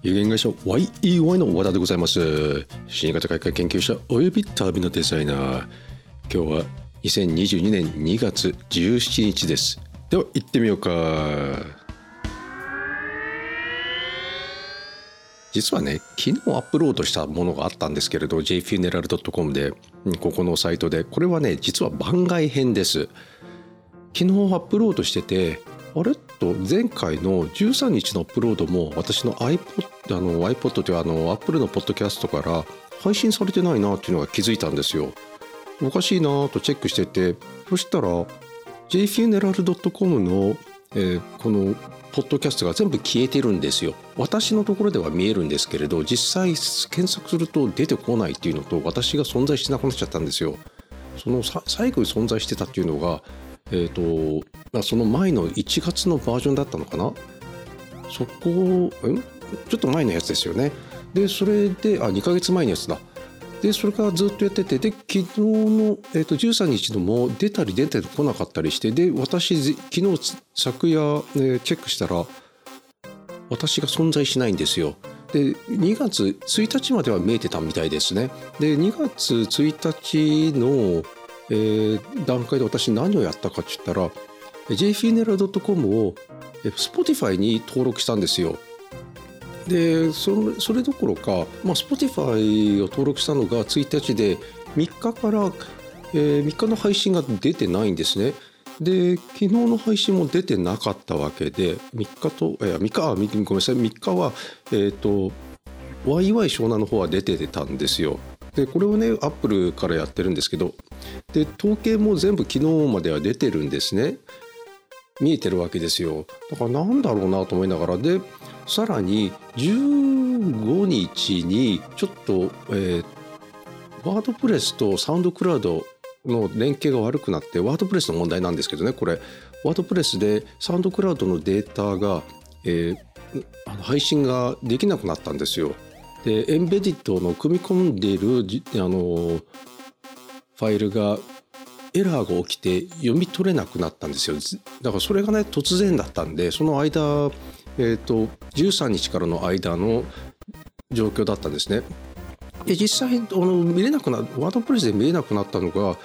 有限会社 YEY の和田でございます。新型開発研究者および旅のデザイナー。今日は2022年2月17日です。では行ってみようか。実はね、昨日アップロードしたものがあったんですけれど、jfuneral.com でここのサイトで、これはね実は番外編です。昨日アップロードしてて、あれと前回の13日のアップロードも私の iPod というApple のポッドキャストから配信されてないなっていうのが気づいたんですよ。おかしいなとチェックしてて、そしたら jfuneral.com の、このポッドキャストが全部消えてるんですよ。私のところでは見えるんですけれど、実際検索すると出てこないっていうのと、私が存在してなくなっちゃったんですよ。その最後に存在してたっていうのがその前の1月のバージョンだったのかな。そこちょっと前のやつですよね。でそれで2ヶ月前のやつだ。でそれからずっとやってて、で昨日の、13日のも出たり出てこなかったりして、で私昨日昨夜、チェックしたら私が存在しないんですよ。で2月1日までは見えてたみたいですね。で2月1日の段階で私何をやったかって言ったら jfuneral.com を Spotify に登録したんですよ。でそれどころか、Spotify を登録したのが1日で3日から、3日の配信が出てないんですね。で昨日の配信も出てなかったわけで、3日はYY 湘南の方は出てたんですよ。でこれをねアップルからやってるんですけど、で統計も全部昨日までは出てるんですね。見えてるわけですよ。だからなんだろうなと思いながら、でさらに15日にちょっと、ワードプレスとサウンドクラウドの連携が悪くなって、ワードプレスの問題なんですけどね、これワードプレスでサウンドクラウドのデータが、配信ができなくなったんですよ。でエンベディットの組み込んでいるファイルがエラーが起きて読み取れなくなったんですよ。だからそれがね突然だったんで、その間、13日からの間の状況だったんですね。で実際見れなくなワードプレスで見れなくなったのが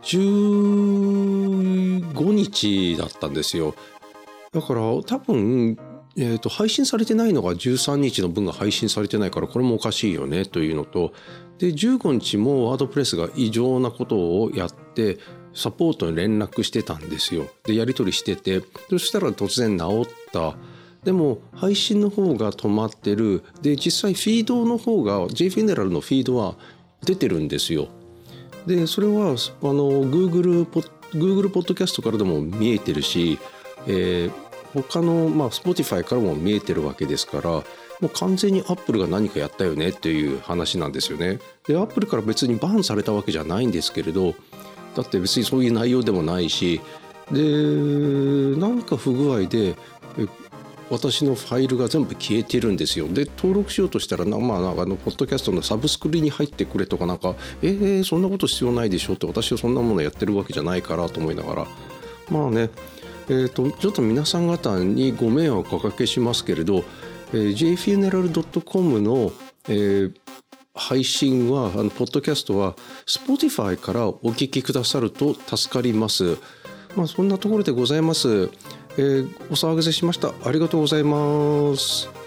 15日だったんですよ。だから多分配信されてないのが13日の分が配信されてないから、これもおかしいよねというのと、で15日もワードプレスが異常なことをやってサポートに連絡してたんですよ。でやり取りしてて、そしたら突然治った。でも配信の方が止まってる。で実際フィードの方が jfuneral のフィードは出てるんですよ。でそれはGoogle ポッドキャストからでも見えてるし、他の、Spotify からも見えてるわけですから、もう完全に Apple が何かやったよねっていう話なんですよね。で Apple から別にバンされたわけじゃないんですけれど、だって別にそういう内容でもないし、でなんか不具合で私のファイルが全部消えてるんですよ。で登録しようとしたらポッドキャストのサブスクリに入ってくれとかそんなこと必要ないでしょって、私はそんなものやってるわけじゃないからと思いながら、ちょっと皆さん方にご迷惑をおかけしますけれど、jfuneral.com の、配信はポッドキャストは Spotify からお聞きくださると助かります。そんなところでございます。お騒がせしました。ありがとうございます。